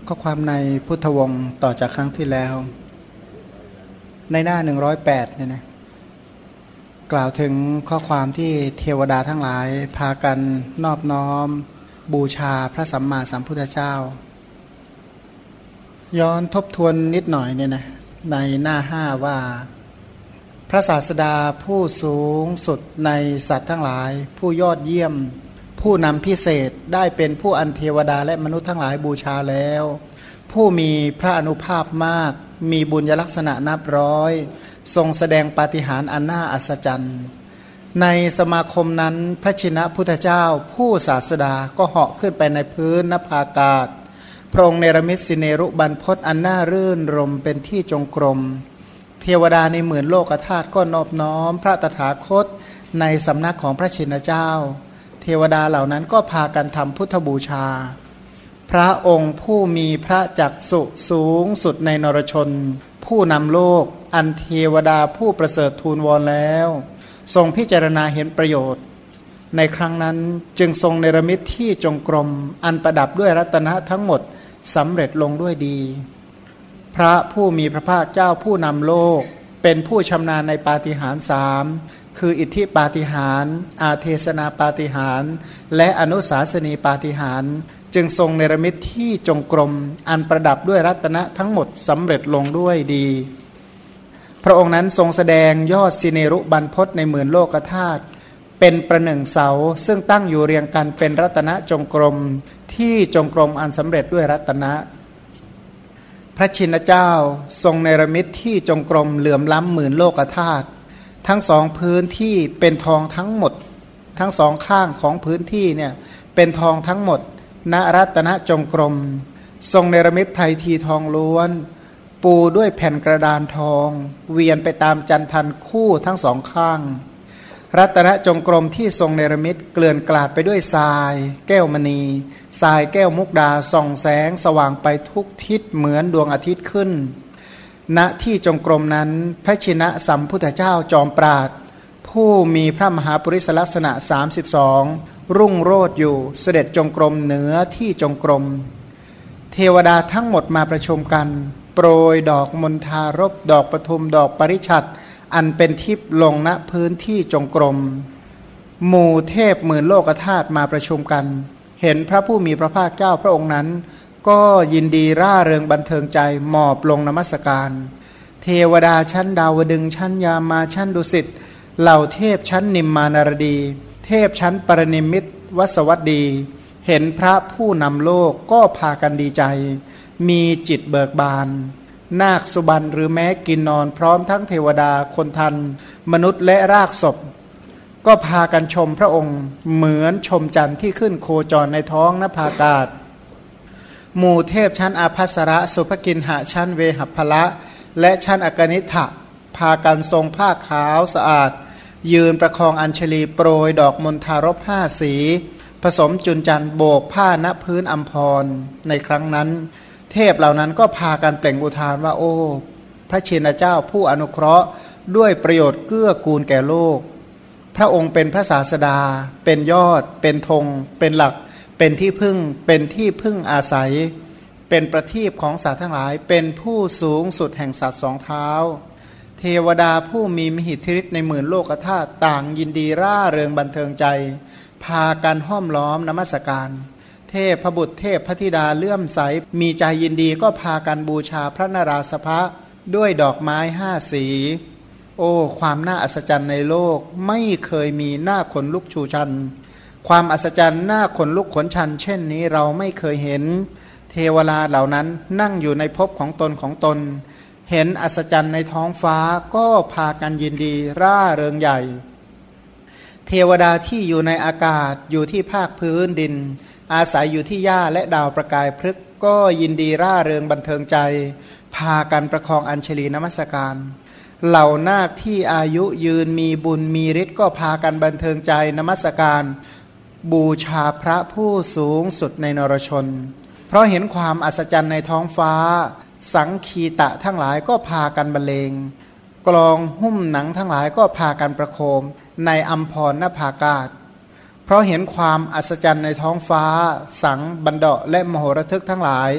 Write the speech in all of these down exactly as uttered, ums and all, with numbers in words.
ข้อความในพุทธวงศ์ต่อจากครั้งที่แล้วในหน้าหนึ่งร้อยแปดเนี่ยนะกล่าวถึงข้อความที่เทวดาทั้งหลายพากันนอบน้อมบูชาพระสัมมาสัมพุทธเจ้าย้อนทบทวนนิดหน่อยเนี่ยนะในหน้าห้าว่าพระศาสดาผู้สูงสุดในสัตว์ทั้งหลายผู้ยอดเยี่ยมผู้นำพิเศษได้เป็นผู้อันเทวดาและมนุษย์ทั้งหลายบูชาแล้วผู้มีพระอนุภาพมากมีบุญยลักษณะนับร้อยทรงแสดงปาฏิหาริย์อันน่าอัศจรรย์ในสมาคมนั้นพระชินะพุทธเจ้าผู้ศาสดาก็เหาะขึ้นไปในพื้นนภาอากาศพระองค์เนรมิตสิเนรุบรรพตอันน่ารื่นรมเป็นที่จงกรมเทวดาในหมื่นโลกธาตุก็นอบน้อมพระตถาคตในสำนักของพระชินเจ้าเทวดาเหล่านั้นก็พากันทำพุทธบูชาพระองค์ผู้มีพระจักษุสูงสุดในนรชนผู้นำโลกอันเทวดาผู้ประเสริฐทูลวอนแล้วทรงพิจารณาเห็นประโยชน์ในครั้งนั้นจึงทรงเนรมิตที่จงกรมอันประดับด้วยรัตนะทั้งหมดสำเร็จลงด้วยดีพระผู้มีพระภาคเจ้าผู้นำโลกเป็นผู้ชำนาญในปาฏิหาริย์สามคืออิทธิปาฏิหาริย์อาเทศนาปาฏิหาริย์และอนุสาสนีปาฏิหาริย์จึงทรงเนรมิตที่จงกรมอันประดับด้วยรัตนะทั้งหมดสำเร็จลงด้วยดีพระองค์นั้นทรงแสดงยอดสิเนรุบรรพตในหมื่นโลกธาตุเป็นประหนึ่งเสาซึ่งตั้งอยู่เรียงกันเป็นรัตนะจงกรมที่จงกรมอันสำเร็จด้วยรัตนะพระชินเจ้าทรงเนรมิตที่จงกรมเหลื่อมล้ำหมื่นโลกธาตุทั้งสองพื้นที่เป็นทองทั้งหมดทั้งสองข้างของพื้นที่เนี่ยเป็นทองทั้งหมดณรัตนจงกรมทรงเนรมิตไพรทีทองล้วนปูด้วยแผ่นกระดานทองเวียนไปตามจันทันคู่ทั้งสองข้างรัตนจงกรมที่ทรงเนรมิตเกลื่อนกลาดไปด้วยทรายแก้วมณีทรายแก้วมุกดาส่องแสงสว่างไปทุกทิศเหมือนดวงอาทิตย์ขึ้นณที่จงกรมนั้นพระชินะสัมพุทธเจ้าจอมปราดผู้มีพระมหาปริศลักษณะสามสิบสองรุ่งโรจน์อยู่เสด็จจงกรมเหนือที่จงกรมเทวดาทั้งหมดมาประชุมกันโปรยดอกมณฑารพดอกปทุมดอกปริชัดอันเป็นทิพย์ลงณพื้นที่จงกรมหมู่เทพหมื่นโลกธาตุมาประชุมกันเห็นพระผู้มีพระภาคเจ้าพระองค์นั้นก็ยินดีร่าเริงบันเทิงใจหมอบลงนมัสการเทวดาชั้นดาวดึงส์ชั้นยามาชั้นดุสิตเหล่าเทพชั้นนิมมานารดีเทพชั้นปรนิมมิตวสวัสดีเห็นพระผู้นำโลกก็พากันดีใจมีจิตเบิกบานนาคสุบรรณหรือแม้กินนอนพร้อมทั้งเทวดาคนทันมนุษย์และรากศพก็พากันชมพระองค์เหมือนชมจันทร์ที่ขึ้นโคจรในท้องนภาอากาศหมู่เทพชั้นอาภัสระสุภกินหะชั้นเวหัพพละและชั้นอกนิฐะพากันทรงผ้าขาวสะอาดยืนประคองอัญชลีโปรยดอกมณฑารพห้าสีผสมจุลจันทร์โบกผ้าณพื้นอัมพรในครั้งนั้นเทพเหล่านั้นก็พากันเปล่งอุทานว่าโอ้พระชินเจ้าผู้อนุเคราะห์ด้วยประโยชน์เกื้อกูลแก่โลกพระองค์เป็นพระศาสดาเป็นยอดเป็นธงเป็นหลักเป็นที่พึ่งเป็นที่พึ่งอาศัยเป็นประทีปของสัตว์ทั้งหลายเป็นผู้สูงสุดแห่งสัตว์สองเท้าเทวดาผู้มีมหิทธิฤทธิ์ในหมื่นโลกธาตุต่างยินดีร่าเริงบันเทิงใจพากันห้อมล้อมนมัสการเทพพบุตรเทพพธิดาเลื่อมใสมีใจยินดีก็พากันบูชาพระนราสภะด้วยดอกไม้ห้าสีโอ้ความน่าอัศจรรย์ในโลกไม่เคยมีหน้าขนลุกชูชันความอัศจรรย์หน้าขนลุกขนชันเช่นนี้เราไม่เคยเห็นเทวดาเหล่านั้นนั่งอยู่ในภพของตนของตนเห็นอัศจรรย์ในท้องฟ้าก็พากันยินดีร่าเริงใหญ่เทวดาที่อยู่ในอากาศอยู่ที่ภาคพื้นดินอาศัยอยู่ที่หญ้าและดาวประกายพฤกษ์ก็ยินดีร่าเริงบันเทิงใจพากันประคองอัญชลีนมัสการเหล่านาคที่อายุยืนมีบุญมีฤทธิ์ก็พากันบันเทิงใจนมัสการบูชาพระผู้สูงสุดในนรชนเพราะเห็นความอัศจรรย์ในท้องฟ้าสังคีตะทั้งหลายก็พากันบรรเลงกลองหุ้มหนังทั้งหลายก็พากันประโคมในอัมพรนภาอากาศเพราะเห็นความอัศจรรย์ในท้องฟ้าสังบันเดาะและมโหระทึกทั้งหลาย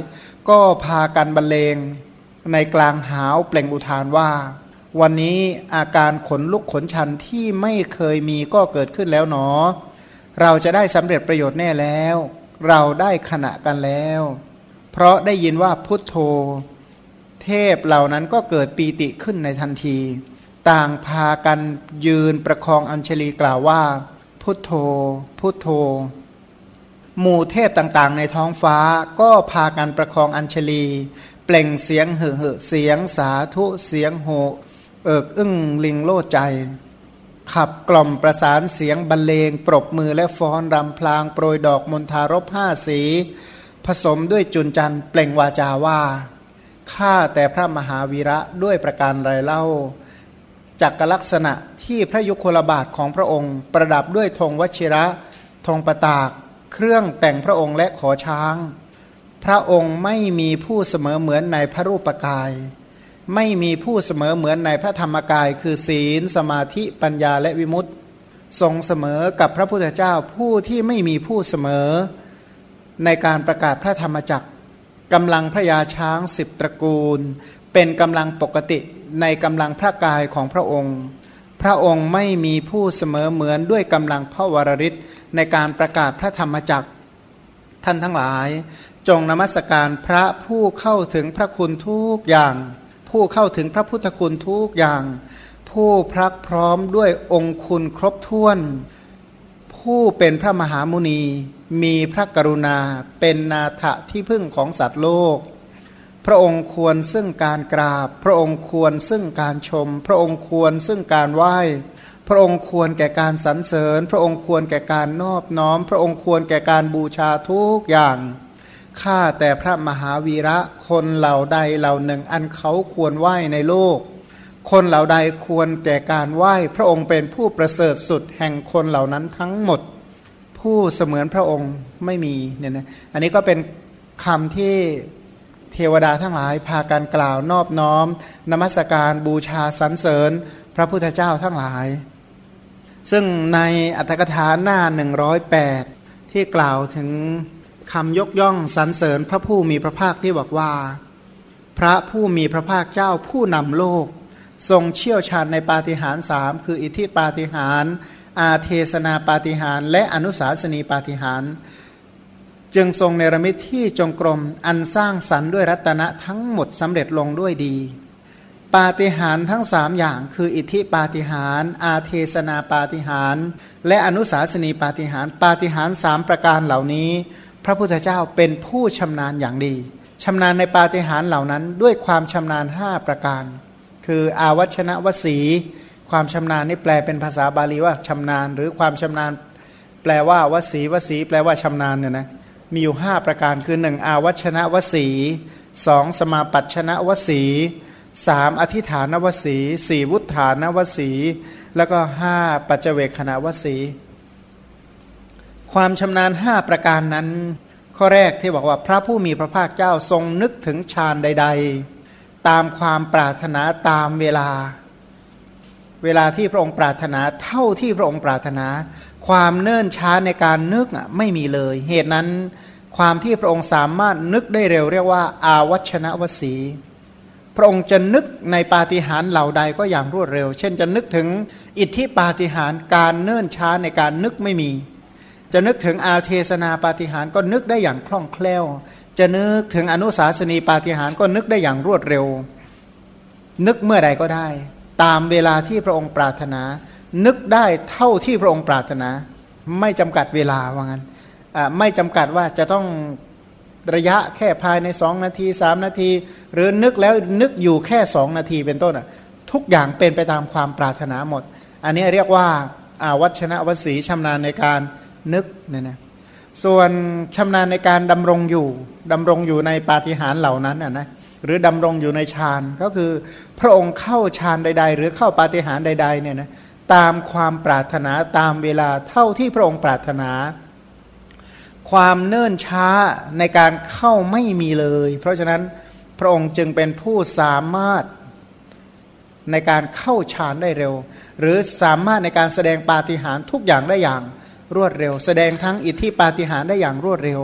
ก็พากันบรรเลงในกลางหาวเปล่งอุทานว่าวันนี้อาการขนลุกขนชันที่ไม่เคยมีก็เกิดขึ้นแล้วหนอเราจะได้สำเร็จประโยชน์แน่แล้วเราได้ขณะกันแล้วเพราะได้ยินว่าพุทโธเทพเหล่านั้นก็เกิดปีติขึ้นในทันทีต่างพากันยืนประคองอัญชลีกล่าวว่าพุทโธพุทโธหมู่เทพต่างๆในท้องฟ้าก็พากันประคองอัญชลีเปล่งเสียงเห่อเห่อเสียงสาธุเสียงโหเอิกอึ้งลิงโลดใจขับกล่อมประสานเสียงบรรเลงปรบมือและฟ้อนรำพลางโปรยดอกมณฑารพห้าสีผสมด้วยจุลจันทร์เปล่งวาจาว่าข้าแต่พระมหาวีระด้วยประการไรเล่าจักรลักษณะที่พระยุคลบาทของพระองค์ประดับด้วยธงวชิระธงประตากเครื่องแต่งพระองค์และขอช้างพระองค์ไม่มีผู้เสมอเหมือนในพระรูปกายไม่มีผู้เสมอเหมือนในพระธรรมกายคือศีลสมาธิปัญญาและวิมุตติทรงเสมอกับพระพุทธเจ้าผู้ที่ไม่มีผู้เสมอในการประกาศพระธรรมจักรกำลังพระยาช้างสิบตระกูลเป็นกำลังปกติในกำลังพระกายของพระองค์พระองค์ไม่มีผู้เสมอเหมือนด้วยกำลังพระวรฤทธิ์ในการประกาศพระธรรมจักรท่านทั้งหลายจงนมัสการพระผู้เข้าถึงพระคุณทุกอย่างผู้เข้าถึงพระพุทธคุณทุกอย่างผู้พรักพร้อมด้วยองคุณครบถ้วนผู้เป็นพระมหามุนีมีพระกรุณาเป็นนาถะที่พึ่งของสัตว์โลกพระองค์ควรซึ่งการกราบพระองค์ควรซึ่งการชมพระองค์ควรซึ่งการไหว้พระองค์ควรแก่การสรรเสริญพระองค์ควรแก่การนอบน้อมพระองค์ควรแก่การบูชาทุกอย่างข้าแต่พระมหาวีระคนเหล่าใดเหล่าหนึ่งอันเขาควรไหว้ในโลกคนเหล่าใดควรแก่การไหว้พระองค์เป็นผู้ประเสริฐสุดแห่งคนเหล่านั้นทั้งหมดผู้เสมือนพระองค์ไม่มีเนี่ยนะอันนี้ก็เป็นคำที่เทวดาทั้งหลายพากันกล่าวนอบน้อมนมัสการบูชาสรรเสริญพระพุทธเจ้าทั้งหลายซึ่งในอรรถกถาหน้าหนึ่งร้อยแปดที่กล่าวถึงคำยกย่องสรรเสริญพระผู้มีพระภาคที่บอกว่าพระผู้มีพระภาคเจ้าผู้นำโลกทรงเชี่ยวชาญในปาฏิหาริย์สามคืออิทธิปาฏิหาริย์อาเทศนาปาฏิหาริย์และอนุสาสนีปาฏิหาริย์จึงทรงเนรมิตที่จงกรมอันสร้างสรรค์ด้วยรัตนะทั้งหมดสำเร็จลงด้วยดีปาฏิหาริย์ทั้งสามอย่างคืออิทธิปาฏิหาริย์อาเทศนาปาฏิหาริย์และอนุสาสนีปาฏิหาริย์ปาฏิหาริย์สามประการเหล่านี้พระพุทธเจ้าเป็นผู้ชำนาญอย่างดีชำนาญในปาฏิหาริย์เหล่านั้นด้วยความชำนาญห้าประการคืออาวัชนะวสีความชำนาญนี่แปลเป็นภาษาบาลีว่าชำนาญหรือความชำนาญแปลว่าวสีวสีแปลว่าชำนาญเนี่ยนะมีอยู่ห้าประการคือหนึ่งอาวัชนะวสีสองสมาปัชชนะวสีสามอธิฐานวสีสี่วุฒานวสีแล้วก็ห้าปัจเจเวคขณวสีความชำนาญห้าประการนั้นข้อแรกที่บอกว่าพระผู้มีพระภาคเจ้าทรงนึกถึงฌานใดๆตามความปรารถนาตามเวลาเวลาที่พระองค์ปรารถนาเท่าที่พระองค์ปรารถนาความเนิ่นช้าในการนึกไม่มีเลยเหตุนั้นความที่พระองค์สามารถนึกได้เร็วเรียกว่าอาวัชนะวสีพระองค์จะนึกในปาฏิหาริย์เหล่าใดก็อย่างรวดเร็วเช่นจะนึกถึงอิทธิปาฏิหาริย์การเนิ่นช้าในการนึกไม่มีจะนึกถึงอาเทศนาปาฏิหาริย์ก็นึกได้อย่างคล่องแคล่วจะนึกถึงอนุสาสนีปาฏิหาริย์ก็นึกได้อย่างรวดเร็วนึกเมื่อใดก็ได้ตามเวลาที่พระองค์ปรารถนานึกได้เท่าที่พระองค์ปรารถนาไม่จำกัดเวลาว่างั้นไม่จำกัดว่าจะต้องระยะแค่ภายในสองนาทีสามนาทีหรือนึกแล้วนึกอยู่แค่สองนาทีเป็นต้นทุกอย่างเป็นไปตามความปรารถนาหมดอันนี้เรียกว่าอาวัชนะวสีชำนาญในการนึกเนี่ยนะส่วนชำนาญในการดำรงอยู่ดำรงอยู่ในปาฏิหาริย์เหล่านั้นนะนะหรือดำรงอยู่ในฌานก็คือพระองค์เข้าฌานใดๆหรือเข้าปาฏิหาริย์ใดๆเนี่ยนะตามความปรารถนาตามเวลาเท่าที่พระองค์ปรารถนาความเนิ่นช้าในการเข้าไม่มีเลยเพราะฉะนั้นพระองค์จึงเป็นผู้สามารถในการเข้าฌานได้เร็วหรือสามารถในการแสดงปาฏิหาริย์ทุกอย่างได้อย่างรวดเร็วแสดงทั้งอิทธิปาฏิหาริย์ได้อย่างรวดเร็ว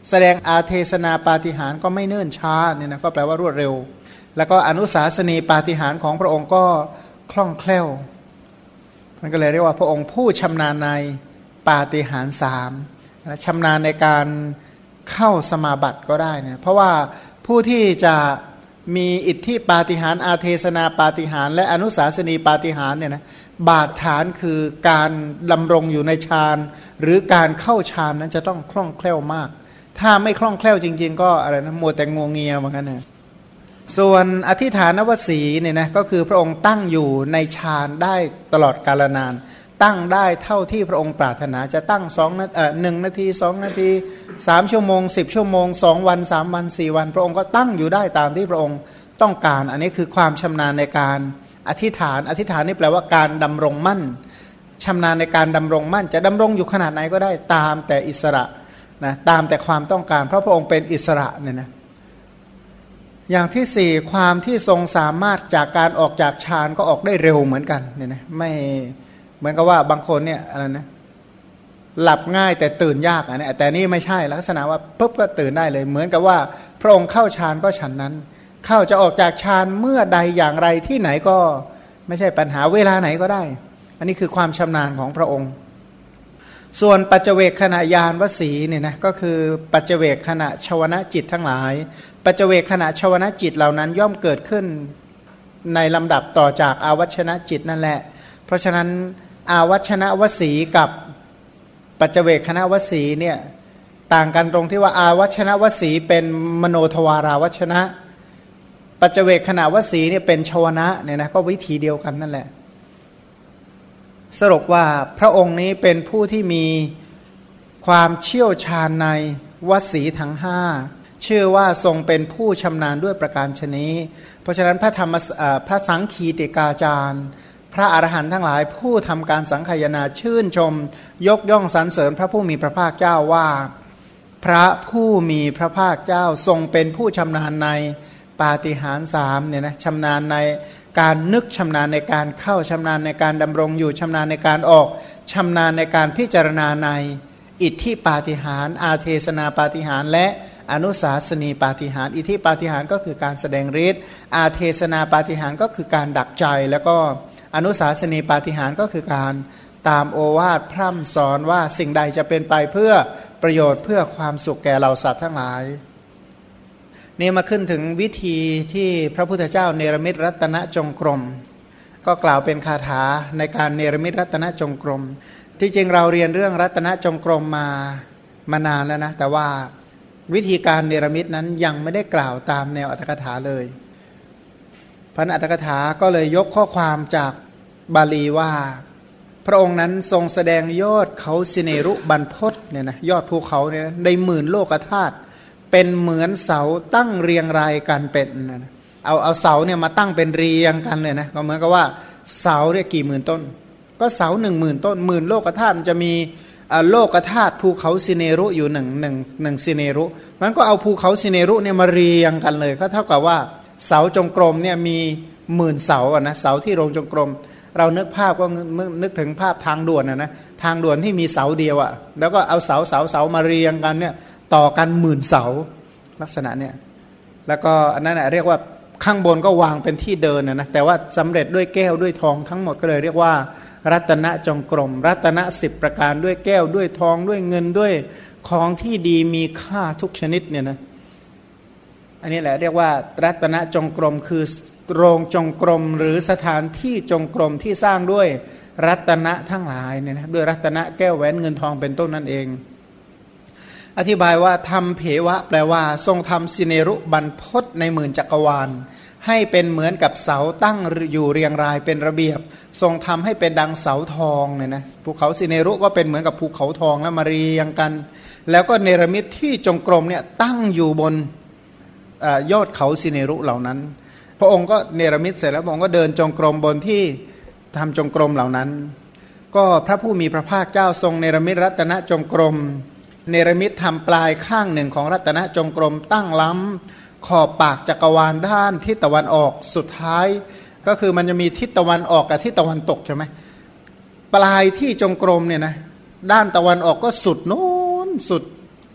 แสดงอาเทศนาปาฏิหาริย์ก็ไม่เนิ่นช้าเนี่ยนะก็แปลว่ารวดเร็วแล้วก็อนุสาสนีปาฏิหาริย์ของพระองค์ก็คล่องแคล่วมันก็เลยเรียกว่าพระองค์ผู้ชำนาญในปาฏิหาริย์สามชำนาญในการเข้าสมาบัติก็ได้เนี่ยเพราะว่าผู้ที่จะมีอิทธิปาฏิหาริย์อาเทศนาปาฏิหาริย์และอนุสาสนีปาฏิหาริย์เนี่ยนะบาดฐานคือการดำรงอยู่ในฌานหรือการเข้าฌานนั้นจะต้องคล่องแคล่วมากถ้าไม่คล่องแคล่วจริงๆก็อะไรนะมัวแต่งวงเงียเหมือนกันนะส่วนอธิฐานวสีเนี่ยนะก็คือพระองค์ตั้งอยู่ในฌานได้ตลอดกาลนานตั้งได้เท่าที่พระองค์ปรารถนาจะตั้งสองนาทีเอ่อหนึ่งนาทีสองนาทีสามชั่วโมงสิบชั่วโมงสองวันสามวันสี่วันพระองค์ก็ตั้งอยู่ได้ตามที่พระองค์ต้องการอันนี้คือความชำนาญในการอธิษฐานอธิษฐานนี่แปลว่าการดำรงมั่นชำนาญในการดำรงมั่นจะดำรงอยู่ขนาดไหนก็ได้ตามแต่อิสระนะตามแต่ความต้องการเพราะพระองค์เป็นอิสระเนี่ยนะอย่างที่สี่ความที่ทรงสามารถจากการออกจากฌานก็ออกได้เร็วเหมือนกันเนี่ยนะไม่เหมือนกับว่าบางคนเนี่ยอะไรนะหลับง่ายแต่ตื่นยากอันนี้แต่นี่ไม่ใช่ลักษณะว่าปุ๊บก็ตื่นได้เลยเหมือนกับว่าพระองค์เข้าฌานก็ฉันนั้นเข้าจะออกจากฌานเมื่อใดอย่างไรที่ไหนก็ไม่ใช่ปัญหาเวลาไหนก็ได้อันนี้คือความชำนาญของพระองค์ส่วนปัจเจเวกขณะญาณวสีเนี่ยนะก็คือปัจเจเวกขณะชวนะจิตทั้งหลายปัจเจเวกขณะชวนะจิตเหล่านั้นย่อมเกิดขึ้นในลำดับต่อจากอาวัชนะจิตนั่นแหละเพราะฉะนั้นอาวัชนะวสีกับปัจเจเวกขณะวสีเนี่ยต่างกันตรงที่ว่าอาวัชนะวสีเป็นมโนทวาราวัชนะปัจเจเวกขณะวสีเนี่ยเป็นชวนะเนี่ยนะก็วิธีเดียวกันนั่นแหละสรุปว่าพระองค์นี้เป็นผู้ที่มีความเชี่ยวชาญในวสีทั้งห้าเชื่อว่าทรงเป็นผู้ชำนาญด้วยประการฉนี้เพราะฉะนั้นพระธรรมพระสังคีติกาจารย์พระอรหันต์ทั้งหลายผู้ทำการสังคายนาชื่นชมยกย่องสรรเสริญพระผู้มีพระภาคเจ้าว่าพระผู้มีพระภาคเจ้าทรงเป็นผู้ชำนาญในปาฏิหาริย์สามเนี่ยนะชำนาญในการนึกชำนาญในการเข้าชำนาญในการดำรงอยู่ชำนาญในการออกชำนาญในการพิจารณาในอิทธิปาฏิหาริย์อาเทศนาปาฏิหาริย์และอนุสาสนีปาฏิหาริย์อิทธิปาฏิหาริย์ก็คือการแสดงฤทธิ์อาเทศนาปาฏิหาริย์ก็คือการดักใจแล้วก็อนุสาสนีปาฏิหาริย์ก็คือการตามโอวาทพร่ำสอนว่าสิ่งใดจะเป็นไปเพื่อประโยชน์เพื่อความสุขแก่เหล่าสัตว์ทั้งหลายนี่มาขึ้นถึงวิธีที่พระพุทธเจ้าเนรมิตรัตนจงกรมก็กล่าวเป็นคาถาในการเนรมิตรัตนจงกรมที่จริงเราเรียนเรื่องรัตนจงกรมมามานานแล้วนะแต่ว่าวิธีการเนรมิตนั้นยังไม่ได้กล่าวตามแนวอรรถกถาเลยพระอรรถกถาก็เลยยกข้อความจากบาลีว่าพระองค์นั้นทรงแสดงยอดเขาสิเนรุบรรพตเนี่ยนะยอดภูเขาเนี่ยในหมื่นโลกธาตุเป็นเหมือนเสาตั้งเรียงรายกันเป็นนะเอาเอาเสาเนี่ยมาตั้งเป็นเรียงกันเลยนะก็เหมือนกับว่าเสาเนี่ยกี่หมื่นต้นก็เสาหนึ่งหมื่นต้นหมื่นโลกธาตุมันจะมีโลกธาตุภูเขาสิเนรุอยู่หนึ่งหนึ่งหนึ่งสิเนรุมันก็เอาภูเขาสิเนรุเนี่ยมาเรียงกันเลยก็เท่ากับว่าเสาจงกรมเนี่ยมีหมื่นเสาอ่ะนะเสาที่โรงจงกรมเรานึกภาพก็นึกถึงภาพทางด่วนนะนะทางด่วนที่มีเสาเดียวอ่ะแล้วก็เอาเสาเสาเสามาเรียงกันเนี่ยต่อกันหมื่นเสาลักษณะเนี่ยแล้วก็อันนั้นเรียกว่าข้างบนก็วางเป็นที่เดินนะนะแต่ว่าสำเร็จด้วยแก้วด้วยทองทั้งหมดก็เลยเรียกว่ารัตนจงกรมรัตนสิบประการด้วยแก้วด้วยทองด้วยเงินด้วยของที่ดีมีค่าทุกชนิดเนี่ยนะอันนี้แหละเรียกว่ารัตนจงกรมคือโรงจงกรมหรือสถานที่จงกรมที่สร้างด้วยรัตนะทั้งหลายเนี่ยนะด้วยรัตนะแก้วแหวนเงินทองเป็นต้นนั่นเองอธิบายว่าทำเพวะแปลว่าทรงทำสิเนรุบรรพตในหมื่นจักรวาลให้เป็นเหมือนกับเสาตั้งอยู่เรียงรายเป็นระเบียบทรงทำให้เป็นดังเสาทองเนี่ยนะภูเขาสิเนรุก็เป็นเหมือนกับภูเขาทองแล้วมาเรียงกันแล้วก็เนรมิตที่จงกรมเนี่ยตั้งอยู่บนยอดเขาสิเนรุเหล่านั้นพระองค์ก็เนรมิตเสร็จแล้วพระองค์ก็เดินจงกรมบนที่ทำจงกรมเหล่านั้นก็พระผู้มีพระภาคเจ้าทรงเนรมิตรัตนจงกรมเนรมิตทำปลายข้างหนึ่งของรัตนจงกรมตั้งล้ำขอบปากจักรวาลด้านทิศตะวันออกสุดท้ายก็คือมันจะมีทิศตะวันออกกับทิศตะวันตกใช่ไหมปลายที่จงกรมเนี่ยนะด้านตะวันออกก็สุดโน้นสุด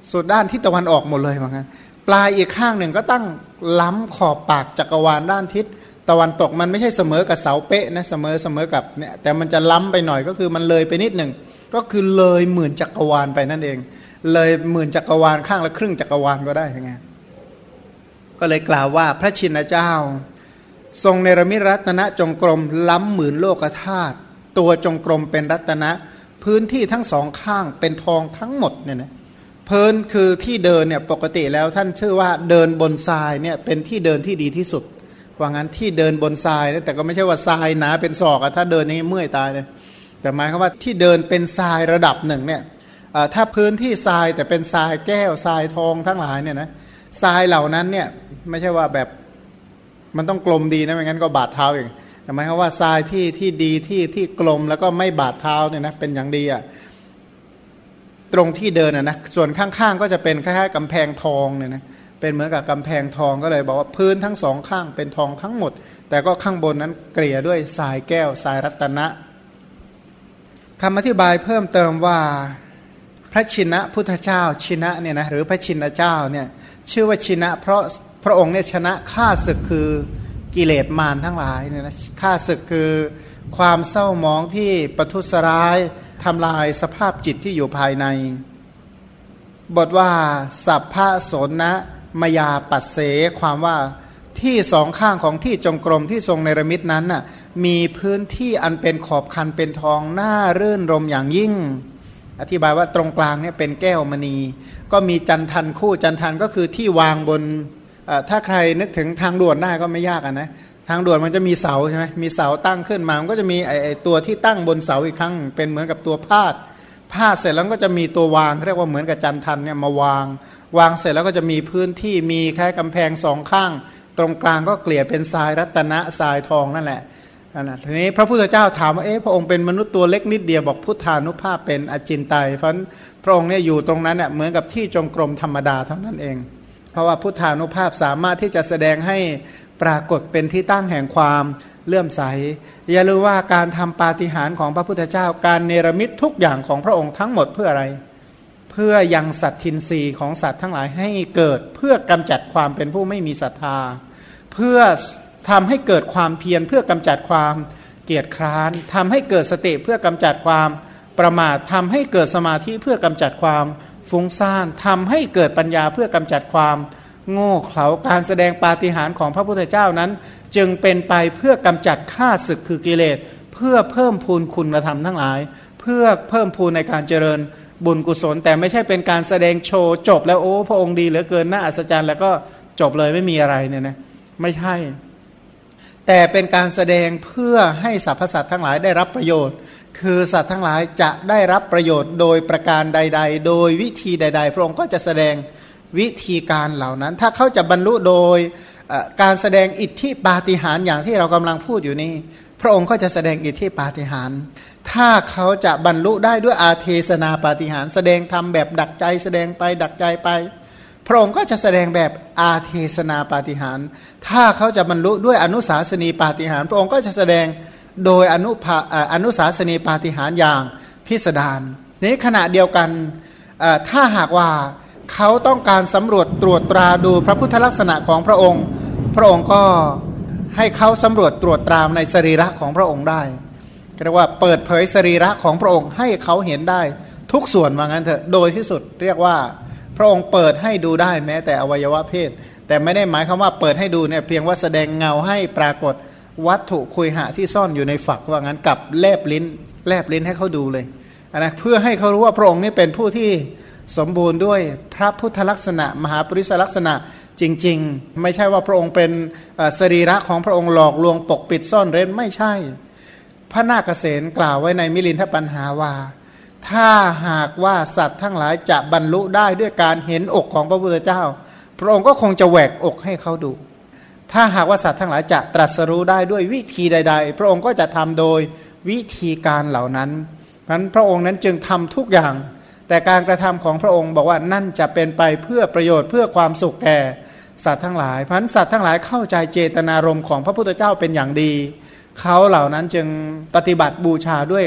สุดด้านทิศตะวันออกหมดเลยเหมือนกันปลายอีกข้างหนึ่งก็ตั้งล้ำขอบปากจักรวาลด้านทิศตะวันตกมันไม่ใช่เสมอกับเสาเป๊ะนะเสมอเสมอกับเนี่ยแต่มันจะล้ำไปหน่อยก็คือมันเลยไปนิดหนึ่งก็คือเลยหมื่นจักรวาลไปนั่นเองเลยหมื่นจักรวาลข้างละครึ่งจักรวาลก็ได้ยังไงก็เลยกล่าวว่าพระชินเจ้าทรงเนรมิตรัตนะจงกรมล้ำหมื่นโลกธาตุตัวจงกรมเป็นรัตนะพื้นที่ทั้งสองข้างเป็นทองทั้งหมดเนี่ยนะพื้นคือที่เดินเนี่ยปกติแล้วท่านชื่อว่าเดินบนทรายเนี่ยเป็นที่เดินที่ดีที่สุดว่างั้นที่เดินบนทรายแต่ก็ไม่ใช่ว่าทรายหนาเป็นศอกอะถ้าเดินนี้เมื่อยตายเลยแต่หมายความว่าที่เดินเป็นทรายระดับหนึ่งเนี่ยถ้าพื้นที่ทรายแต่เป็นทรายแก้วทรายทองทั้งหลายเนี่ยนะทรายเหล่านั้นเนี่ยไม่ใช่ว่าแบบมันต้องกลมดีนะไม่งั้นก็บาดเท้าเองแต่หมายความว่าทรายที่ที่ดีที่ที่กลมแล้วก็ไม่บาดเท้าเนี่ยนะเป็นอย่างดีอ่ะตรงที่เดินอ่ะนะส่วนข้างๆก็จะเป็นคล้ายๆกำแพงทองเนี่ยนะเป็นเหมือนกับกำแพงทองก็เลยบอกว่าพื้นทั้งสองข้างเป็นทองทั้งหมดแต่ก็ข้างบนนั้นเกลี่ยด้วยทรายแก้วทรายรัตนะคำอธิบายเพิ่มเติมว่าพระชินะพุทธเจ้าชินะเนี่ยนะหรือพระชินเจ้าเนี่ยชื่อว่าชินะเพราะพระองค์เนี่ยชนะฆ่าศึกคือกิเลสมารทั้งหลายเนี่ยนะฆ่าศึกคือความเศร้าหมองที่ประทุษร้ายทำลายสภาพจิตที่อยู่ภายในบทว่าสัพพะโสนะมยาปัสเสความว่าที่สองข้างของที่จงกรมที่ทรงเนรมิตนั้นน่ะมีพื้นที่อันเป็นขอบคันเป็นทองน่ารื่นรมอย่างยิ่งอธิบายว่าตรงกลางเนี่ยเป็นแก้วมณีก็มีจันทันคู่จันทันก็คือที่วางบนถ้าใครนึกถึงทางด่วนได้ก็ไม่ยากอ่ะนะทางด่วนมันจะมีเสาใช่ไหมมีเสาตั้งขึ้นมามันก็จะมีไอไอตัวที่ตั้งบนเสาอีกครั้งเป็นเหมือนกับตัวพาดพาดเสร็จแล้วก็จะมีตัววางเรียกว่าเหมือนกับจันทันเนี่ยมาวางวางเสร็จแล้วก็จะมีพื้นที่มีแค่กำแพงสองข้างตรงกลางก็เกลี่ยเป็นทรายรัตนะทรายทองนั่นแหละนะทีนี้พระพุทธเจ้าถามว่าเอ๊ะพระองค์เป็นมนุษย์ตัวเล็กนิดเดียวบอกพุทธานุภาพเป็นอจินไตยเพราะพระองค์เนี่ยอยู่ตรงนั้นเนี่ยเหมือนกับที่จงกรมธรรมดาเท่านั้นเองเพราะว่าพุทธานุภาพสามารถที่จะแสดงให้ปรากฏเป็นที่ตั้งแห่งความเลื่อมใสอย่าลืมว่าการทำปาฏิหาริย์ของพระพุทธเจ้าการเนรมิตทุกอย่างของพระองค์ทั้งหมดเพื่ออะไรเพื่อยังสัตทินรีของสัตว์ทั้งหลายให้เกิดเพื่อกำจัดความเป็นผู้ไม่มีศรัทธาเพื่อทำให้เกิดความเพียรเพื่อกำจัดความเกียจคร้านทำให้เกิดสติเพื่อกำจัดความประมาททำให้เกิดสมาธิเพื่อกำจัดความฟุ้งซ่านทำให้เกิดปัญญาเพื่อกำจัดความโง่เขลาการแสดงปาฏิหาริย์ของพระพุทธเจ้านั้นจึงเป็นไปเพื่อกำจัดข้าศึกคือกิเลสเพื่อเพิ่มพูนคุณธรรมทั้งหลายเพื่อเพิ่มพูนในการเจริญบุญกุศลแต่ไม่ใช่เป็นการแสดงโชว์จบแล้วโอ้พระองค์ดีเหลือเกินน่าอัศจรรย์แล้วก็จบเลยไม่มีอะไรเนี่ยนะไม่ใช่แต่เป็นการแสดงเพื่อให้สรรพสัตว์ทั้งหลายได้รับประโยชน์คือสัตว์ทั้งหลายจะได้รับประโยชน์โดยประการใดๆโดยวิธีใดๆพระองค์ก็จะแสดงวิธีการเหล่านั้นถ้าเขาจะบรรลุโดยการแสดงอิทธิปาฏิหาริย์อย่างที่เรากำลังพูดอยู่นี้พระองค์ก็จะแสดงอิทธิปาฏิหาริย์ถ้าเขาจะบรรลุได้ด้วยอาเทศนาปาฏิหาริย์แสดงธรรมแบบดักใจแสดงไปดักใจไปพระองค์ก็จะแสดงแบบอาเทศนาปาฏิหาริย์ถ้าเขาจะบรรลุด้วยอนุสาสนีปาฏิหาริย์พระองค์ก็จะแสดงโดยอนุภาอนุสาสนีปาฏิหาริย์อย่างพิสดารนี้ขณะเดียวกันถ้าหากว่าเขาต้องการสำรวจตรวจตราดูพระพุทธลักษณะของพระองค์พระองค์ก็ให้เขาสำรวจตรวจตรามในสรีระของพระองค์ได้เรียกว่าเปิดเผยสรีระของพระองค์ให้เขาเห็นได้ทุกส่วนว่างั้นเถอะโดยที่สุดเรียกว่าพระองค์เปิดให้ดูได้แม้แต่อวัยวะเพศแต่ไม่ได้หมายความว่าเปิดให้ดูเนี่ยเพียงว่าแสดงเงาให้ปรากฏวัตถุคุยหะที่ซ่อนอยู่ในฝักว่างั้นกับแลบลิ้นแลบลิ้นให้เขาดูเลยนะเพื่อให้เขารู้ว่าพระองค์นี่เป็นผู้ที่สมบูรณ์ด้วยพระพุทธลักษณะมหาปริศลักษณะจริงๆไม่ใช่ว่าพระองค์เป็นสรีระของพระองค์หลอกลวงปกปิดซ่อนเร้นไม่ใช่พระนาคเษนกล่าวไว้ในมิลินทปัญหาว่าถ้าหากว่าสัตว์ทั้งหลายจะบรรลุได้ด้วยการเห็นอกของพระพุทธเจ้าพระองค์ก็คงจะแหวกอกให้เขาดูถ้าหากว่าสัตว์ทั้งหลายจะตรัสรู้ได้ด้วยวิธีใดๆพระองค์ก็จะทำโดยวิธีการเหล่านั้นนั้นพระองค์นั้นจึงทำทุกอย่างแต่การกระทำของพระองค์บอกว่านั่นจะเป็นไปเพื่อประโยชน์เพื่อความสุขแก่สัตว์ทั้งหลายเพราะฉะนั้นสัตว์ทั้งหลายเข้าใจเจตนารมณ์ของพระพุทธเจ้าเป็นอย่างดีเขาเหล่านั้นจึงปฏิบัติบูชาด้วย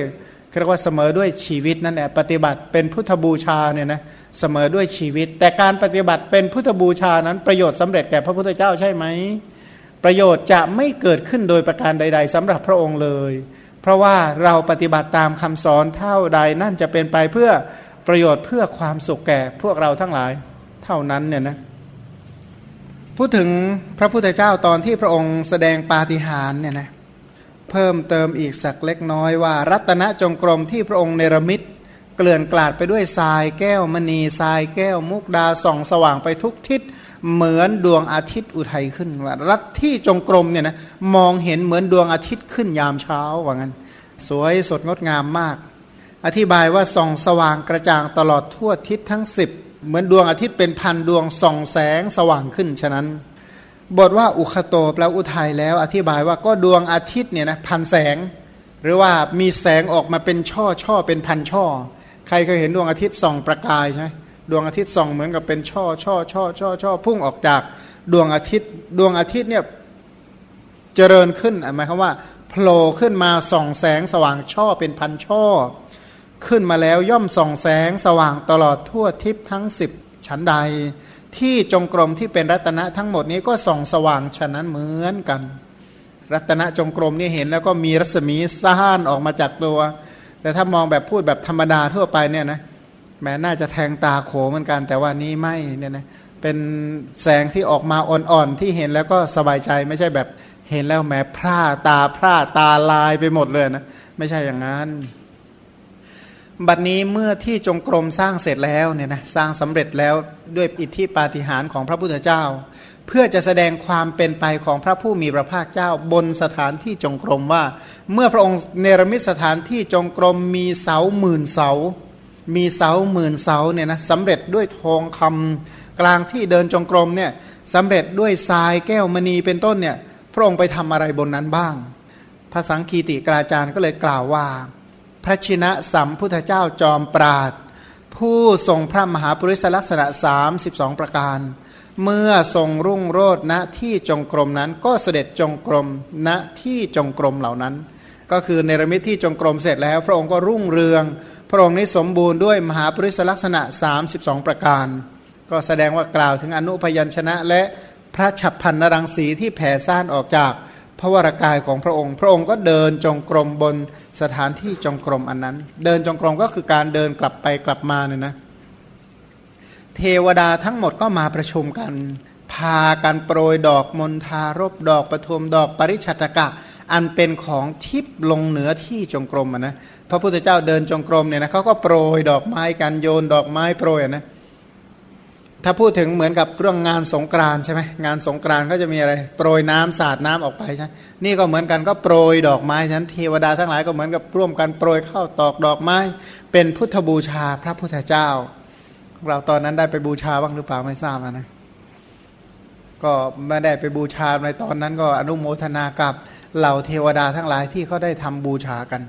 เรียกว่าเสมอด้วยชีวิตนั่นแหละปฏิบัติเป็นพุทธบูชาเนี่ยนะเสมอด้วยชีวิตแต่การปฏิบัติเป็นพุทธบูชานั้นประโยชน์สำเร็จแก่พระพุทธเจ้าใช่ไหมประโยชน์จะไม่เกิดขึ้นโดยประการใดๆสำหรับพระองค์เลยเพราะว่าเราปฏิบัติตามคำสอนเท่าใดนั่นจะเป็นไปเพื่อประโยชน์เพื่อความสุขแก่พวกเราทั้งหลายเท่านั้นเนี่ยนะพูดถึงพระพุทธเจ้าตอนที่พระองค์แสดงปาฏิหาริย์เนี่ยนะเพิ่มเติมอีกสักเล็กน้อยว่ารัตนจงกรมที่พระองค์เนรมิตเกลื่อนกลาดไปด้วยทรายแก้วมณีทรายแก้วมุกดาส่องสว่างไปทุกทิศเหมือนดวงอาทิตย์อุทัยขึ้นว่ารัตที่จงกรมเนี่ยนะมองเห็นเหมือนดวงอาทิตย์ขึ้นยามเช้าว่างั้นสวยสดงดงามมากอธิบายว่าส่องสว่างกระจ่างตลอดทั่วทิศทั้งสิบเหมือนดวงอาทิตย์เป็นพันดวงส่องแสงสว่างขึ้นฉะนั้นบทว่าอุคโตแปลอุทัยแล้วอธิบายว่าก็ดวงอาทิตย์เนี่ยนะพันแสงหรือว่ามีแสงออกมาเป็นช่อช่อเป็นพันช่อใครเคยเห็นดวงอาทิตย์ส่องประกายใช่ไหมดวงอาทิตย์ส่องเหมือนกับเป็นช่อช่อช่อช่อช่อพุ่งออกจากดวงอาทิตย์ดวงอาทิตย์เนี่ยเจริญขึ้นหมายความว่าโผล่ขึ้นมาส่องแสงสว่างช่อเป็นพันช่อขึ้นมาแล้วย่อมส่องแสงสว่างตลอดทั่วทิศทั้งสิบชั้นใดที่จงกรมที่เป็นรัตนะทั้งหมดนี้ก็ส่องสว่างฉะนั้นเหมือนกันรัตนะจงกรมนี่เห็นแล้วก็มีรัศมีซ่านออกมาจากตัวแต่ถ้ามองแบบพูดแบบธรรมดาทั่วไปเนี่ยนะแม้น่าจะแทงตาโขเหมือนกันแต่ว่านี้ไม่เนี่ยนะเป็นแสงที่ออกมาอ่อนๆที่เห็นแล้วก็สบายใจไม่ใช่แบบเห็นแล้วแม้พร่าตาพร่าตาลายไปหมดเลยนะไม่ใช่อย่างนั้นบัดนี้เมื่อที่จงกรมสร้างเสร็จแล้วเนี่ยนะสร้างสำเร็จแล้วด้วยอิทธิปาฏิหาริย์ของพระพุทธเจ้าเพื่อจะแสดงความเป็นไปของพระผู้มีพระภาคเจ้าบนสถานที่จงกรมว่าเมื่อพระองค์เนรมิตสถานที่จงกรมมีเสาหมื่นเสามีเสาหมื่นเสาเนี่ยนะสำเร็จด้วยทองคำกลางที่เดินจงกรมเนี่ยสำเร็จด้วยทรายแก้วมณีเป็นต้นเนี่ยพระองค์ไปทำอะไรบนนั้นบ้างพระสังคีติกาจารย์ก็เลยกล่าวว่าพระชินะสัมพุทธเจ้าจอมปราดผู้ทรงพระมหาปริศลักษณะสามสิบสองประการเมื่อทรงรุ่งโรจน์ณที่จงกรมนั้นก็เสด็จจงกรมณที่จงกรมเหล่านั้นก็คือเนรมิตที่จงกรมเสร็จแล้วพระองค์ก็รุ่งเรืองพระองค์นี้สมบูรณ์ด้วยมหาปริศลักษณะสามสิบสองประการก็แสดงว่ากล่าวถึงอนุพยัญชนะและพระฉัพพรรณรังสีที่แผ่ซ่านออกจากพระวรากายของพระองค์พระองค์ก็เดินจงกรมบนสถานที่จงกรมอันนั้นเดินจงกรมก็คือการเดินกลับไปกลับมาเนี่ยนะเทวดาทั้งหมดก็มาประชุมกันพากันโปรยดอกมณฑารบดอกปทุมดอกปริชัตกะอันเป็นของทิพย์ลงเหนือที่จงกรมนะพระพุทธเจ้าเดินจงกรมเนี่ยนะเขาก็โปรยดอกไม้กันโยนดอกไม้โปรยนะถ้าพูดถึงเหมือนกับเรื่องงานสงกรานต์ใช่ไหมงานสงกรานต์ก็จะมีอะไรโปรยน้ำสาดน้ำออกไปใช่นี่ก็เหมือนกันก็โปรยดอกไม้ฉะนั้นเทวดาทั้งหลายก็เหมือนกับร่วมกันโปรยข้าวตอกดอกไม้เป็นพุทธบูชาพระพุทธเจ้าเราตอนนั้นได้ไปบูชาบ้างหรือเปล่าไม่ทราบนะก็ไม่ได้ไปบูชาในตอนนั้นก็อนุโมทนากับเหล่าเทวดาทั้งหลายที่เขาได้ทำบูชากัน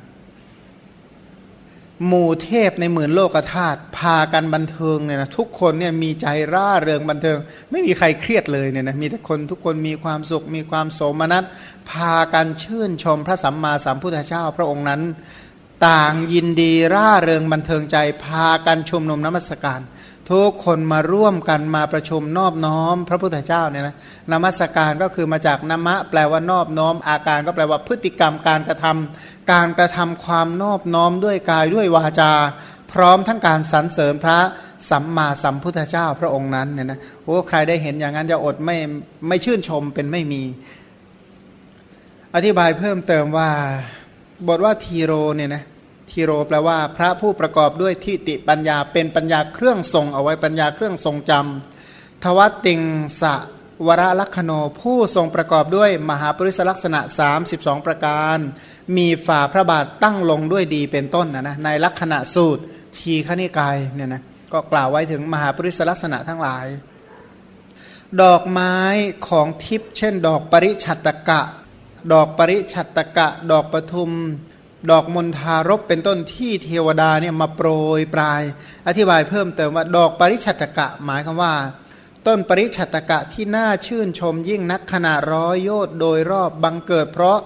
หมู่เทพในหมื่นโลกธาตุพากันบันเทิงเนี่ยนะทุกคนเนี่ยมีใจร่าเริงบันเทิงไม่มีใครเครียดเลยเนี่ยนะมีแต่คนทุกคนมีความสุขมีความโสมนัสพากันชื่นชมพระสัมมาสัมพุทธเจ้าพระองค์นั้นต่างยินดีร่าเริงบันเทิงใจพากันชุมนุมนมัสการทุกคนมาร่วมกันมาประชุมนอบน้อมพระพุทธเจ้าเนี่ยนะนมัสการก็คือมาจากนมะแปลว่านอบน้อมอาการก็แปลว่าพฤติกรรมการกระทำการกระทำความนอบน้อมด้วยกายด้วยวาจาพร้อมทั้งการสรรเสริญพระสัมมาสัมพุทธเจ้าพระองค์นั้นเนี่ยนะโอ้ใครได้เห็นอย่างนั้นจะอดไม่ไม่ชื่นชมเป็นไม่มีอธิบายเพิ่มเติมว่าบทว่าทีโรเนี่ยนะทีโรแปลว่าพระผู้ประกอบด้วยทิฏฐิปัญญาเป็นปัญญาเครื่องทรงเอาไว้ปัญญาเครื่องทรงจำทวัตติงสะวรลักขโนผู้ทรงประกอบด้วยมหาปริศลักษณะสามสิบสองประการมีฝ่าพระบาทตั้งลงด้วยดีเป็นต้นนะนะในลักษณะสูตรทีฆนิกายเนี่ยนะก็กล่าวไว้ถึงมหาปริศลักษณะทั้งหลายดอกไม้ของทิพย์เช่นดอกปริฉัตตกะดอกปริฉัตตกะดอกปทุมดอกมณฑารบเป็นต้นที่เทวดาเนี่ยมาโปรยปลายอธิบายเพิ่มเติมว่าดอกปริฉัตตกะหมายความว่าต้นปริฉัตตกะที่น่าชื่นชมยิ่งนักขนาดร้อยโยชน์โดยรอบบังเกิดเพราะ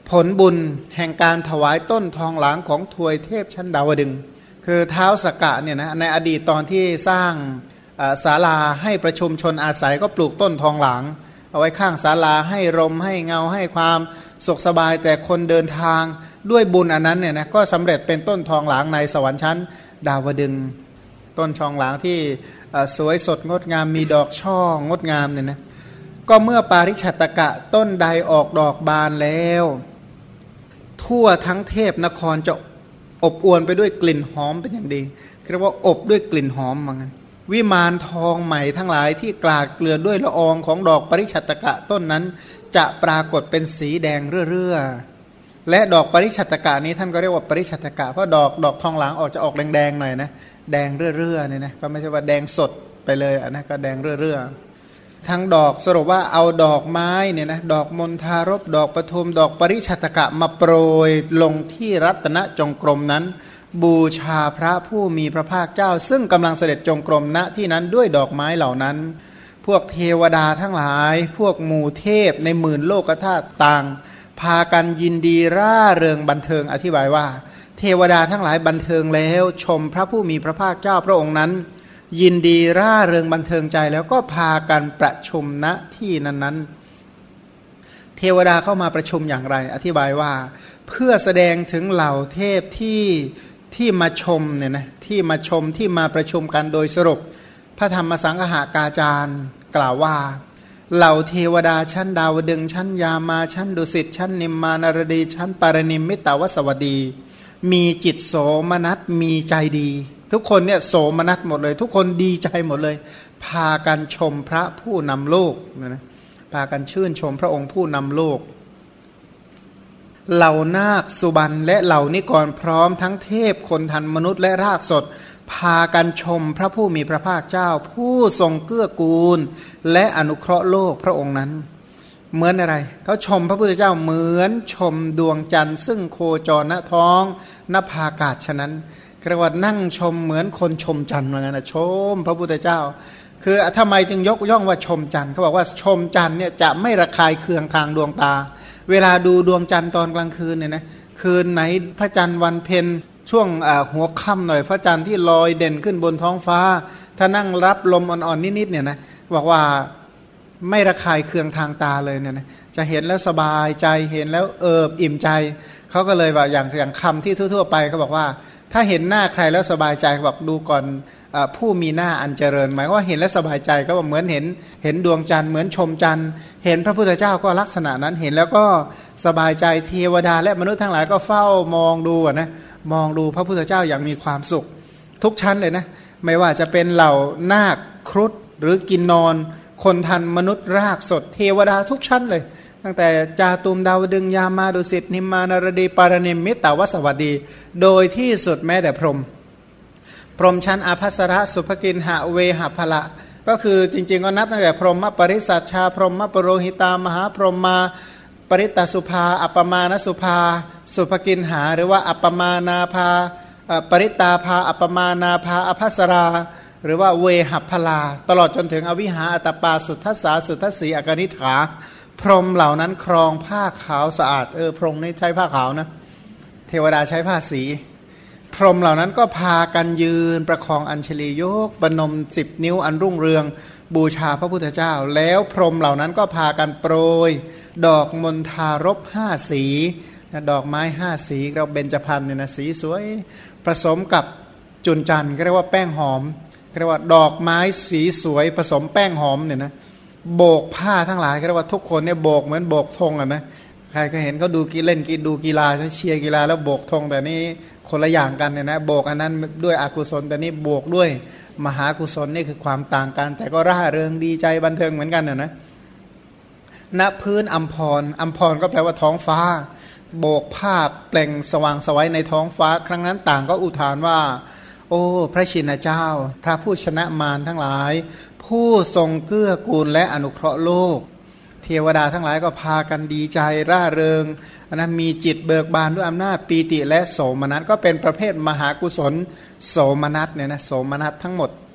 ผลบุญแห่งการถวายต้นทองหลางของทวยเทพชั้นดาวดึงส์คือท้าวสักกะเนี่ยนะในอดีตตอนที่สร้างศาลาให้ประชุมชนอาศัยก็ปลูกต้นทองหลางเอาไว้ข้างศาลาให้ลมให้เงาให้ความสุขสบายแต่คนเดินทางด้วยบุญอันนั้นเนี่ยนะก็สำเร็จเป็นต้นทองหลางในสวรรค์ชั้นดาวดึงส์ต้นทองหลางที่สวยสดงดงามมีดอกช่องดงามเนี่ยนะก็เมื่อปาริชัตตกะต้นใดออกดอกบานแล้วทั่วทั้งเทพนครจะอบอวลไปด้วยกลิ่นหอมเป็นอย่างดีเรียกว่าอบด้วยกลิ่นหอมว่างั้นวิมานทองใหม่ทั้งหลายที่กลาดเกลื่อนด้วยละอองของดอกปริชัตตกะต้นนั้นจะปรากฏเป็นสีแดงเรื่อๆและดอกปริชัตตกะนี้ท่านก็เรียกว่าปริชัตตกะเพราะดอกดอกทองหลางออกจะออกแดงๆหน่อยนะแดงเรื่อๆเนี่ยนะก็ไม่ใช่ว่าแดงสดไปเลยอ่ะนะก็แดงเรื่อๆทั้งดอกสรุปว่าเอาดอกไม้เนี่ยนะดอกมณฑารพดอกปทุมดอกปริชัตตกะมาโปรยลงที่รัตนจงกรมนั้นบูชาพระผู้มีพระภาคเจ้าซึ่งกำลังเสด็จจงกรมณที่นั้นด้วยดอกไม้เหล่านั้นพวกเทวดาทั้งหลายพวกหมู่เทพในหมื่นโลกธาตุต่างพากันยินดีร่าเริงบันเทิงอธิบายว่าเทวดาทั้งหลายบันเทิงแล้วชมพระผู้มีพระภาคเจ้าพระองค์นั้นยินดีร่าเริงบันเทิงใจแล้วก็พากันประชุมณที่นั้นๆเทวดาเข้ามาประชุมอย่างไรอธิบายว่าเพื่อแสดงถึงเหล่าเทพที่ที่มาชมเนี่ยนะที่มาชมที่มาประชุมกันโดยสรุปพระธรรมสังฆหากาจารย์กล่าวว่าเหล่าเทวดาชั้นดาวดึงชั้นยามาชั้นดุสิตชั้นนิมมานารดีชั้นปารณิมมิตาวสวัสดีมีจิตโสมนัสมีใจดีทุกคนเนี่ยโสมนัสหมดเลยทุกคนดีใจหมดเลยพากันชมพระผู้นำโลกนะนะพากันชื่นชมพระองค์ผู้นำโลกเหล่านาคสุบรรณและเหล่านิกรพร้อมทั้งเทพคนทันมนุษย์และรากสดพากันชมพระผู้มีพระภาคเจ้าผู้ทรงเกื้อกูลและอนุเคราะห์โลกพระองค์นั้นเหมือนอะไรเขาชมพระพุทธเจ้าเหมือนชมดวงจันทร์ซึ่งโคจรณท้องนภาอากาศฉะนั้นเรียกว่านั่งชมเหมือนคนชมจันทร์เหมือนกันนะชมพระพุทธเจ้าคือทำไมจึงยกย่องว่าชมจันทร์เขาบอกว่าชมจันทร์เนี่ยจะไม่ระคายเคืองทางดวงตาเวลาดูดวงจันทร์ตอนกลางคืนเนี่ยนะคืนไหนพระจันทร์วันเพ็ญช่วงหัวค่ำหน่อยพระจันทร์ที่ลอยเด่นขึ้นบนท้องฟ้าถ้านั่งรับลมอ่อนๆนิดๆเนี่ยนะบอกว่าไม่ระคายเคืองทางตาเลยเนี่ยนะจะเห็นแล้วสบายใจเห็นแล้วเอิบอิ่มใจเขาก็เลยว่าอย่างอย่างคำที่ทั่วๆไปเขาบอกว่าถ้าเห็นหน้าใครแล้วสบายใจบอกดูก่อนผู้มีหน้าอันเจริญหมายว่าเห็นแล้วสบายใจก็เหมือนเห็นเห็นดวงจันทร์เหมือนชมจันทร์เห็นพระพุทธเจ้าก็ลักษณะนั้นเห็นแล้วก็สบายใจเทวดาและมนุษย์ทั้งหลายก็เฝ้ามองดูนะมองดูพระพุทธเจ้าอย่างมีความสุขทุกชั้นเลยนะไม่ว่าจะเป็นเหล่านาคครุฑหรือกินนอนคนทันมนุษย์รากสดเทวดาทุกชั้นเลยตั้งแต่จาตุมดาวดึงยามาดุสิตนิมมานารดีปารณิมมิตาวสวัสดีโดยที่สุดแม้แต่พรหมพรหมชั้นอภัสระสุภกินหะเวหพละก็คือจริงๆก็นับตั้งแต่พรหมปริสัชชาพรหมปโรหิตามหาพรหมาปริตตสุภาอัปปมานสุภาสุภกินหาหรือว่าอัปปมานาภาปริตาภาอัปปมานาภาอภัสราหรือว่าเวหพลาตลอดจนถึงอวิหาอัตปาสุทัสสาสุทัสสีอกนิฐาพรหมเหล่านั้นครองผ้าขาวสะอาดเออพรหมนี่ใช้ผ้าขาวนะเทวดาใช้ผ้าสีพรหมเหล่านั้นก็พากันยืนประคองอัญชลียกบนมสิบนิ้วอันรุ่งเรืองบูชาพระพุทธเจ้าแล้วพรหมเหล่านั้นก็พากันโปรยดอกมณฑารพห้าสีดอกไม้ห้าสีเราเบญจพรรณเนี่ยนะสีสวยผสมกับจุนจันทร์ก็เรียกว่าแป้งหอมเรียกว่าดอกไม้สีสวยผสมแป้งหอมเนี่ยนะโบกผ้าทั้งหลายก็เรียกว่าทุกคนเนี่ยโบกเหมือนโบกธงอ่ะนะใครก็เห็นเขาดูกีเล่นกีดูกีฬาเชียร์กีฬาแล้วโบกธงแต่นี่คนละอย่างกันเนี่ยนะโบกอันนั้นด้วยอกุศลแต่นี่โบกด้วยมหากุศลนี่คือความต่างกันแต่ก็ร่าเริงดีใจบันเทิงเหมือนกันนะนะณพื้นอัมพรอัมพรก็แปลว่าท้องฟ้าโบกภาพเปล่งสว่างไสวในท้องฟ้าครั้งนั้นต่างก็อุทานว่าโอ้พระชินเจ้าพระผู้ชนะมารทั้งหลายผู้ทรงเกื้อกูลและอนุเคราะห์โลกเทวดาทั้งหลายก็พากันดีใจร่าเริงนะมีจิตเบิกบานด้วยอำนาจปีติและโสมนัสก็เป็นประเภทมหากุศลโสมนัสเนี่ยนะโสมนัสทั้งหมดพ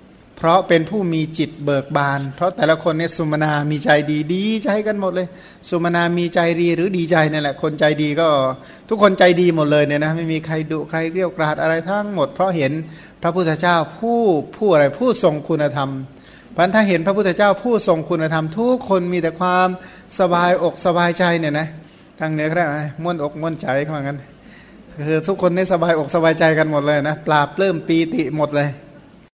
ราะเป็นผู้มีจิตเบิกบานเพราะแต่ละคนเนี่ยสุมนามีใจดีดีใจกันหมดเลยสุมนามีใจดีหรือดีใจนั่นแหละคนใจดีก็ทุกคนใจดีหมดเลยเนี่ยนะไม่มีใครดุใครเกรี้ยวกราดอะไรทั้งหมดเพราะเห็นพระพุทธเจ้าผู้ผู้อะไรผู้ทรงคุณธรรมเพราะถ้าเห็นพระพุทธเจ้าผู้ทรงคุณธรรมทุกคนมีแต่ความสบายอกสบายใจเนี่ยนะทางเหนือก็ได้ม่วนอกม่วนใจเขาว่างั้นคือทุกคนได้สบายอกสบายใจกันหมดเลยนะปราบปลื้มปีติหมดเลย